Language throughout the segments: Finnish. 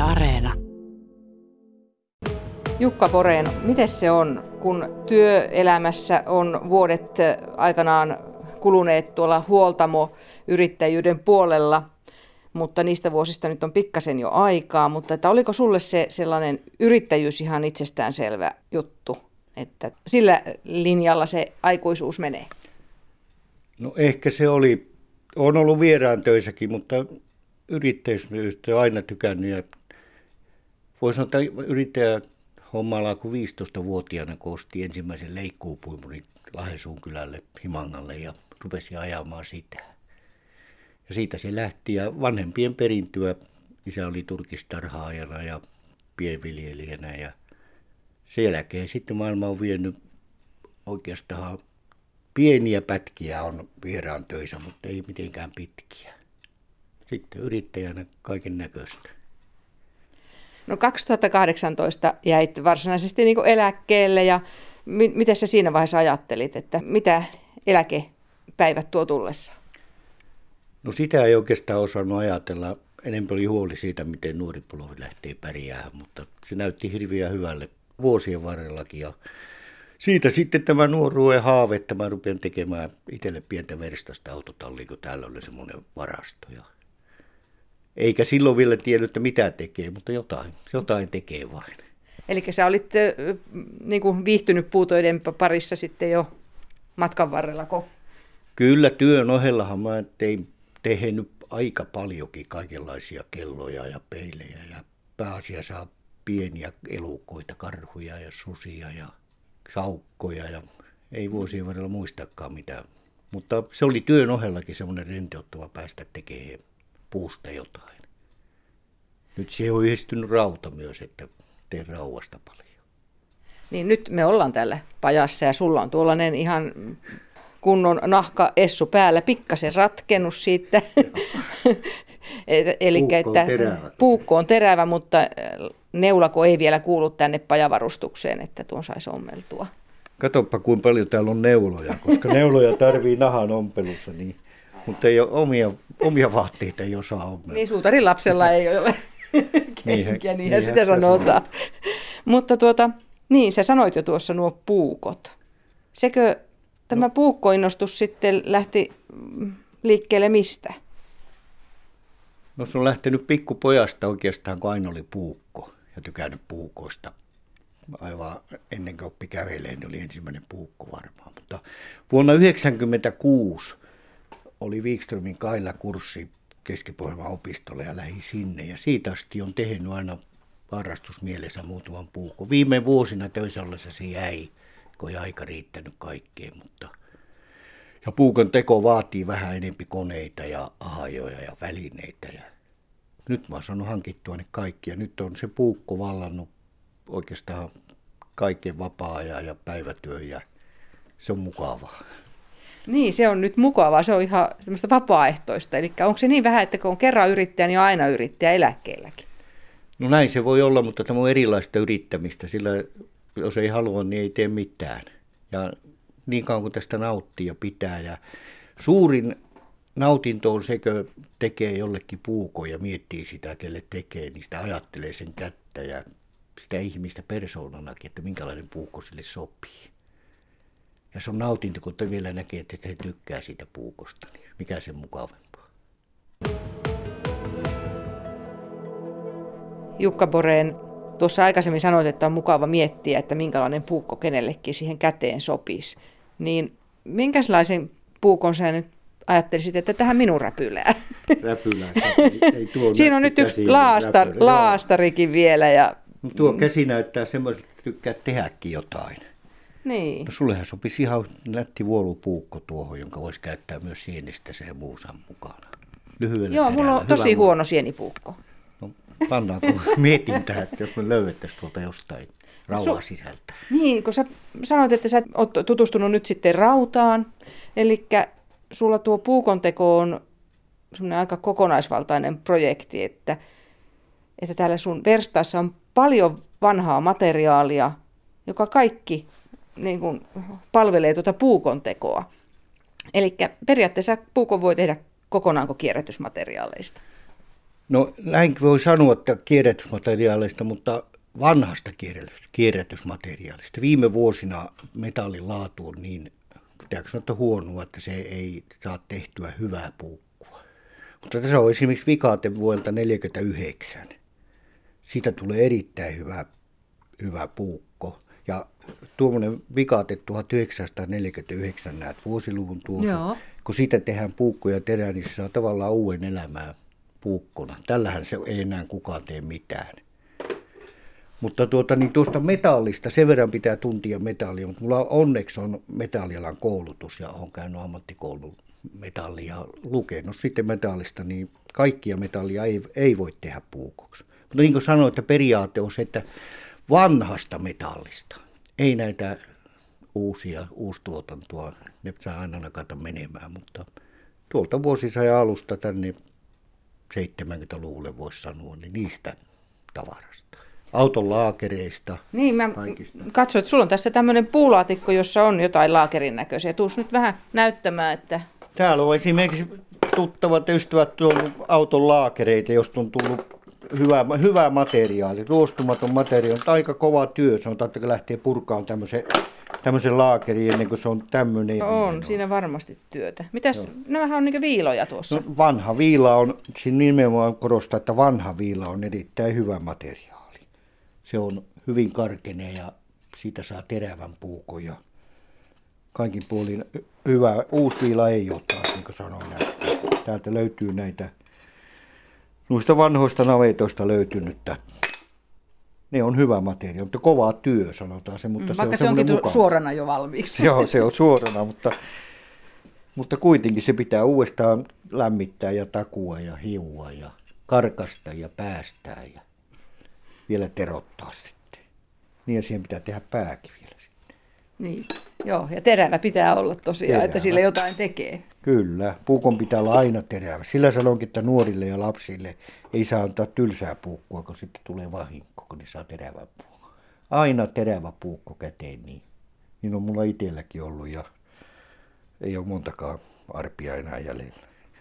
Areena. Jukka Borén, miten se on, kun työelämässä on vuodet aikanaan kuluneet tuolla huoltamoyrittäjyyden puolella, mutta niistä vuosista nyt on pikkasen jo aikaa, mutta että oliko sulle se sellainen yrittäjyys ihan itsestäänselvä juttu, että sillä linjalla se aikuisuus menee? No ehkä se oli, olen ollut vieraan töissäkin, mutta yrittäjyydestä on aina tykännyt ja voisi sanoa, että yrittäjähommalla alkoi 15-vuotiaana, kun osti ensimmäisen leikkuupuimurin Lahesuun kylälle Himangalle ja rupesi ajamaan sitä. Ja siitä se lähti ja vanhempien perintyä. Isä oli turkistarhaajana ja pienviljelijänä ja sen jälkeen sitten maailma on vienyt oikeastaan pieniä pätkiä on vieraan töissä, mutta ei mitenkään pitkiä. Sitten yrittäjänä kaiken näköistä. No 2018 jäit varsinaisesti niin kuin eläkkeelle ja miten sä siinä vaiheessa ajattelit, että mitä eläkepäivät tuo tullessa? No sitä ei oikeastaan osannut ajatella. Enemmän oli huoli siitä, miten nuori polvi lähtee pärjäämään, mutta se näytti hirveän hyvälle vuosien varrellakin. Ja siitä sitten tämä nuoruuden haave, että mä rupean tekemään itselle pientä verstasta autotallia, kun täällä oli semmoinen varasto. Eikä silloin vielä tiennyt, että mitä tekee, mutta jotain tekee vain. Eli sä olit niin kuin viihtynyt puutöiden parissa sitten jo matkan varrellako? Kyllä, työn ohellahan mä tehnyt aika paljonkin kaikenlaisia kelloja ja peilejä ja pääasiassa pieniä elukoita, karhuja ja susia ja saukkoja ja ei vuosien varrella muistakaan mitään. Mutta se oli työn ohellakin semmoinen rentouttava päästä tekemään puusta jotain. Nyt siihen on yhdistynyt rauta myös, että teen raudasta paljon. Niin nyt me ollaan täällä pajassa ja sulla on tuollainen ihan kunnon nahkaessu päällä, pikkasen ratkennut siitä. Eli puukko on terävä, mutta neulako ei vielä kuulu tänne pajavarustukseen, että tuon saisi ommeltua. Katoppa kuinka paljon täällä on neuloja, koska neuloja tarvii nahan ompelussa, niin, mutta ei ole omia vaatteita, ei osaa ommelua. Niin suutarin lapsella ei ole kenkiä, niinhän sitä sanotaan. Mutta niin sä sanoit jo tuossa nuo puukot. Sekö tämä puukkoinnostus sitten lähti liikkeelle mistä? No se on lähtenyt pikkupojasta oikeastaan, kun aina oli puukko ja tykännyt puukoista. Aivan ennen kuin oppi kävelemään, niin oli ensimmäinen puukko varmaan. Mutta vuonna 1996 oli Wikströmin Kaila-kurssi Keski-Pohjanmaan opistolle ja lähdin sinne. Ja siitä asti on tehnyt aina harrastusmielessä muutaman puukon. Viime vuosina töissä ollessa se jäi, kun ei aika riittänyt kaikkeen. Ja puukon teko vaatii vähän enempi koneita ja ahajoja ja välineitä. Ja nyt mä oon saanut hankittua ne kaikki. Ja nyt on se puukko vallannut oikeastaan kaiken vapaa-ajan ja päivätyön ja se on mukavaa. Niin, se on nyt mukavaa. Se on ihan semmoista vapaaehtoista. Eli onko se niin vähän, että kun on kerran yrittäjä, niin on aina yrittäjä eläkkeelläkin? No näin se voi olla, mutta tämä on erilaista yrittämistä, sillä jos ei halua, niin ei tee mitään. Ja niin kauan kuin tästä nauttii ja pitää. Ja suurin nautinto on se, kun tekee jollekin puukon ja miettii sitä, kelle tekee, niin sitä ajattelee sen kättä ja sitä ihmistä persoonanakin, että minkälainen puukko sille sopii. Ja se on nautinto, kun vielä näkee, että se tykkää siitä puukosta, niin mikä sen mukavampaa. Jukka Borén, tuossa aikaisemmin sanoit, että on mukava miettiä, että minkälainen puukko kenellekin siihen käteen sopisi. Niin minkälaisen puukon sä nyt ajattelisit, että tähän minun räpylään? Räpylään. Ei siinä on nyt yksi laastarikin vielä. Ja tuo käsi näyttää semmoiselta, että tykkää tehdäkin jotain. Niin. No sullehan sopisi ihan nätti vuolupuukko tuohon, jonka voisi käyttää myös sienistä se muusan mukana. Lyhyellä Joo, mulla on tosi huono sienipuukko. No, pannaanko mietintään, että jos me löydettäisiin tuolta jostain rauhaa sisältä. Niin, kun sä sanoit, että sä oot tutustunut nyt sitten rautaan, eli sulla tuo puukonteko on semmoinen aika kokonaisvaltainen projekti, että täällä sun verstaassa on paljon vanhaa materiaalia, joka kaikki niin kuin palvelee tuota puukontekoa. Eli periaatteessa puukon voi tehdä kokonaanko kierrätysmateriaaleista. No näin voi sanoa, että kierrätysmateriaaleista, mutta vanhasta kierrätysmateriaalista. Viime vuosina metallin laatu on niin, pitääkö sanoa, että huonoa, että se ei saa tehtyä hyvää puukkua. Mutta tässä on esimerkiksi Vikaate vuodelta 1949. Siitä tulee erittäin hyvä puukko. Ja tuommoinen Vikaate 1949, näet vuosiluvun tuossa, kun siitä tehdään puukkoja terää, niin se saa tavallaan uuden elämää puukkona. Tällähän se ei enää kukaan tee mitään. Mutta niin tuosta metallista, sen verran pitää tuntia metallia, mutta mulla onneksi on metallialan koulutus ja olen käynyt ammattikoulun metallia, lukenut sitten metallista, niin kaikkia metallia ei voi tehdä puukoksi. Mutta niin kuin sanoin, että periaate on se, että vanhasta metallista, ei näitä uustuotantoa, ne saa aina nakata menemään, mutta tuolta vuosisajan alusta tänne 70-luvulle voisi sanoa, niin niistä tavarasta. Auton laakereista. Niin, mä katsoin, että sulla on tässä tämmöinen puulaatikko, jossa on jotain laakerin näköisiä. Tuus nyt vähän näyttämään, että... Täällä on esimerkiksi tuttavat ystävät tuonut auton laakereita, josta on tullut hyvä materiaali, ruostumaton materiaali. On aika kova työ, sanotaan, että lähtee purkaan tämmöisen laakerin ennen kuin se on tämmöinen. On, siinä varmasti työtä. Mitäs, nämähän on niin viiloja tuossa. No, vanha viila on, siinä nimenomaan korostaa, että vanha viila on erittäin hyvä materiaali. Se on hyvin karkenee ja siitä saa terävän puukon ja kaikin puolin hyvä. Uusi viila ei ole taas, niin kuin sanoin. Täältä löytyy näitä, noista vanhoista navetoista löytynyttä. Ne on hyvä materiaali, mutta kova työ sanotaan se. Mutta vaikka se onkin suorana jo valmiiksi. Joo, se on suorana, mutta kuitenkin se pitää uudestaan lämmittää ja takua ja hiua ja karkasta ja päästää ja vielä terottaa sitten. Niin ja siihen pitää tehdä pääkin vielä sitten. Niin, joo, ja terävä pitää olla tosiaan, että sillä jotain tekee. Kyllä, puukon pitää olla aina terävä. Sillä sanonkin, että nuorille ja lapsille ei saa antaa tylsää puukkua, kun sitten tulee vahinko, kun ne saa terävää puukkoa. Aina terävä puukko käteen, niin on mulla itselläkin ollut ja ei ole montakaan arpia enää jäljellä.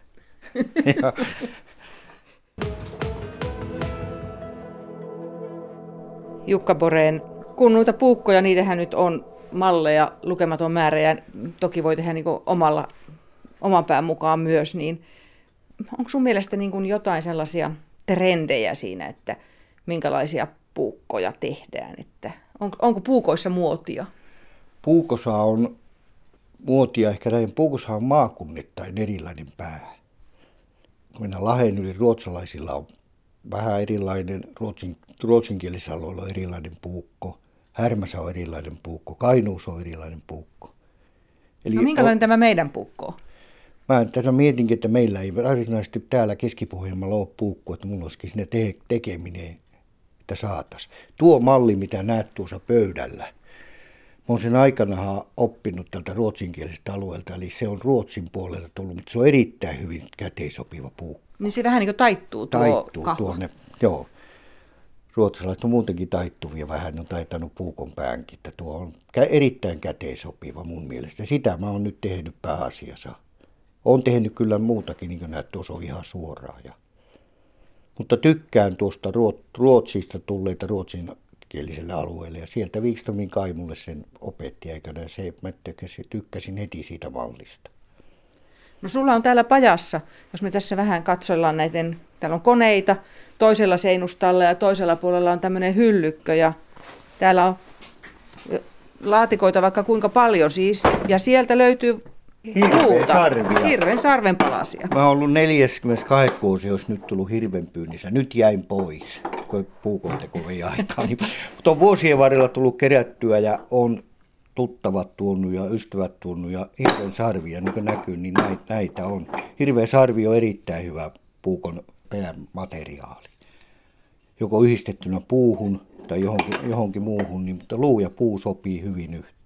Jukka Borén, kun noita puukkoja, niitähän nyt on malleja lukematon määrä ja toki voi tehdä niin kuin oman pään mukaan myös, niin onko sun mielestä niin kuin jotain sellaisia trendejä siinä, että minkälaisia puukkoja tehdään? Että onko puukoissa muotia? Puukossa on muotia, ehkä näin puukossa on maakunnittain erilainen pää. Kun mennään Lahden yli, ruotsalaisilla on vähän erilainen, ruotsinkielisellä alueella on erilainen puukko, Härmässä on erilainen puukko, Kainuussa on erilainen puukko. Eli minkälainen tämä meidän puukko on? Mä tässä mietinkin, että meillä ei varsinaisesti täällä Keski-Pohjanmaalla ole puukko, että mulla olisikin siinä tekeminen, että saataisiin. Tuo malli, mitä näet tuossa pöydällä, mä oon sen aikana oppinut tältä ruotsinkielisestä alueelta, eli se on Ruotsin puolelta tullut, mutta se on erittäin hyvin käteen sopiva puukko. Niin se vähän niin kuin taittuu kahva. Tuonne, joo. Ruotsalaiset on muutenkin taittuvia, vähän on taitanut puukon päänkin, että tuo on erittäin käteen sopiva mun mielestä. Sitä mä oon nyt tehnyt pääasiassa. Oon tehnyt kyllä muutakin, niin kuin näet, tuossa on ihan suoraan. Mutta tykkään tuosta Ruotsista tulleita ruotsinkieliselle alueelle ja sieltä Wikströmin Kaimulle sen opetti aikana ja mä tykkäsin heti siitä mallista. No sulla on täällä pajassa, jos me tässä vähän katsellaan täällä on koneita toisella seinustalla ja toisella puolella on tämmöinen hyllykkö ja täällä on laatikoita vaikka kuinka paljon siis ja sieltä löytyy hirven sarvenpalasia. Mä oon ollut 48 vuosi, jos nyt tullut hirvenpyynnissä. Nyt jäin pois, kun puukonteko ei aikaa. Mutta on vuosien varrella tullut kerättyä ja on tuttavat tuonut ja ystävät tuonut ja hirven sarvia, niin kuin näkyy, niin näitä on. Hirven sarvi on erittäin hyvä puukon päämateriaali. Joko yhdistettynä puuhun tai johonkin muuhun, niin, mutta luu ja puu sopii hyvin yhteen.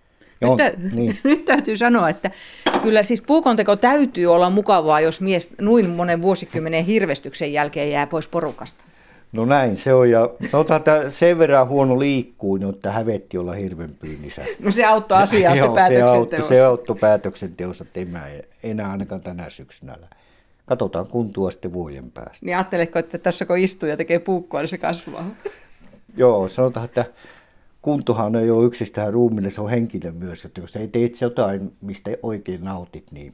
Nyt täytyy sanoa, että kyllä siis puukonteko täytyy olla mukavaa, jos mies noin monen vuosikymmenen hirvestyksen jälkeen jää pois porukasta. No näin se on, ja sanotaan, että sen verran huono liikkuu, että hävetti olla hirvenpyynnissä. No se auttoi asiaa päätöksenteossa. Se auttoi päätöksenteossa, että en mä enää ainakaan tänä syksynä Katsotaan kuntua sitten vuoden päästä. Niin ajatteletko, että tässä kun istuu ja tekee puukkoa, niin se kasvaa? Joo, sanotaan, että kuntohan ei ole yksistään ruumiille, se on henkinen myös. Että jos ei teet jotain, mistä oikein nautit, niin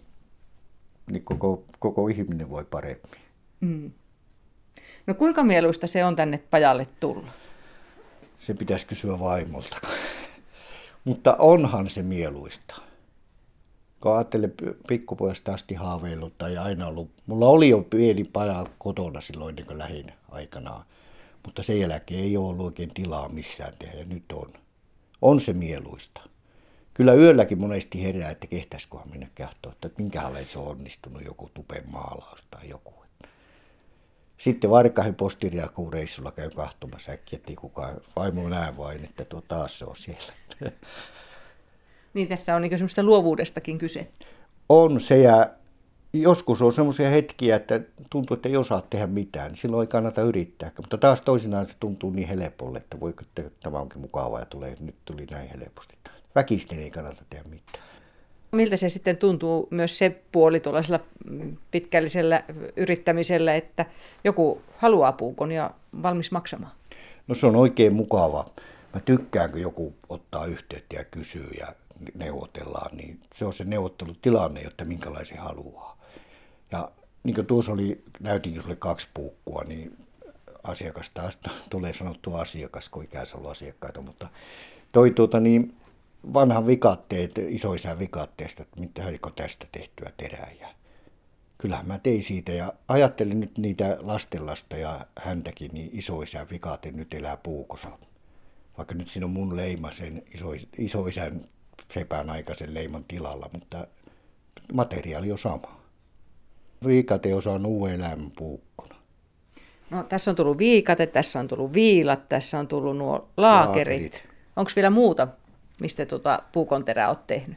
koko ihminen voi paremmin. Mm. No kuinka mieluista se on tänne pajalle tulla? Se pitäisi kysyä vaimolta. Mutta onhan se mieluista. Kun ajattelen pikkupojasta asti haaveillut tai aina ollut. Mulla oli jo pieni paja kotona silloin, niin kuin lähin aikanaan. Mutta sen jälkeen ei ole ollut oikein tilaa missään tehdä ja nyt on. On se mieluista. Kyllä yölläkin monesti herää, että kehtäisiköhän mennä katsoa, että minkälainen se on onnistunut joku tupen maalaus tai joku. Sitten Varkahin postiriakuureissulla käyn kahtomassa äkkiä, ettei kukaan vaimo näe vain, että taas se on siellä. Niin tässä on niin semmoista luovuudestakin kyse. On se ja joskus on semmoisia hetkiä, että tuntuu, että ei osaa tehdä mitään. Silloin ei kannata yrittää, mutta taas toisinaan se tuntuu niin helpolle, että voiko tämä onkin mukavaa ja nyt tuli näin helposti. Väkisten ei kannata tehdä mitään. Miltä se sitten tuntuu myös se puoli tuollaisella pitkällisellä yrittämisellä, että joku haluaa puukon ja valmis maksamaan? No se on oikein mukava. Mä tykkään, kun joku ottaa yhteyttä ja kysyy ja neuvotellaan, niin se on se neuvottelutilanne, että minkälaisen haluaa. Ja niin kuin tuossa näytinkin sulle 2 puukkua, niin asiakas taas tulee sanottua asiakas, kun ikään ollut asiakkaita, mutta niin vanhan vikatteet, isoisän vikatteesta, että mitä tästä tehtyä terää. Ja kyllähän mä tein siitä ja ajattelin nyt niitä lastenlasta ja häntäkin, niin isoisän vikaate nyt elää puukossa. Vaikka nyt siinä on mun leima sen isoisän sepän aikaisen leiman tilalla, mutta materiaali on sama. Viikate on saanut uuden elämän puukkona. No, tässä on tullut viikate, tässä on tullut viilat, tässä on tullut nuo laakerit. Onko vielä muuta, mistä puukon terää olet tehnyt?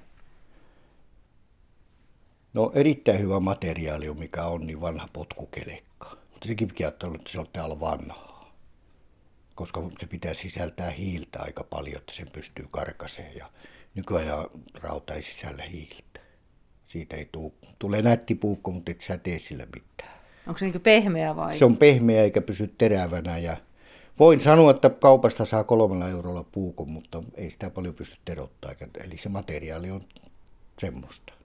No erittäin hyvä materiaali on, mikä on, niin vanha potkukelekka. Mutta sekin pitää olla, että se on täällä vanhaa. Koska se pitää sisältää hiiltä aika paljon, että sen pystyy karkaseen. Ja nykyajan rauta ei sisällä hiiltä. Siitä ei tulee nätti puukko, mutta et sä tee sillä mitään. Onko se niin pehmeä vai? Se on pehmeä eikä pysy terävänä. Ja voin sanoa, että kaupasta saa 3 eurolla puukon, mutta ei sitä paljon pysty terottamaan. Eli se materiaali on semmoista.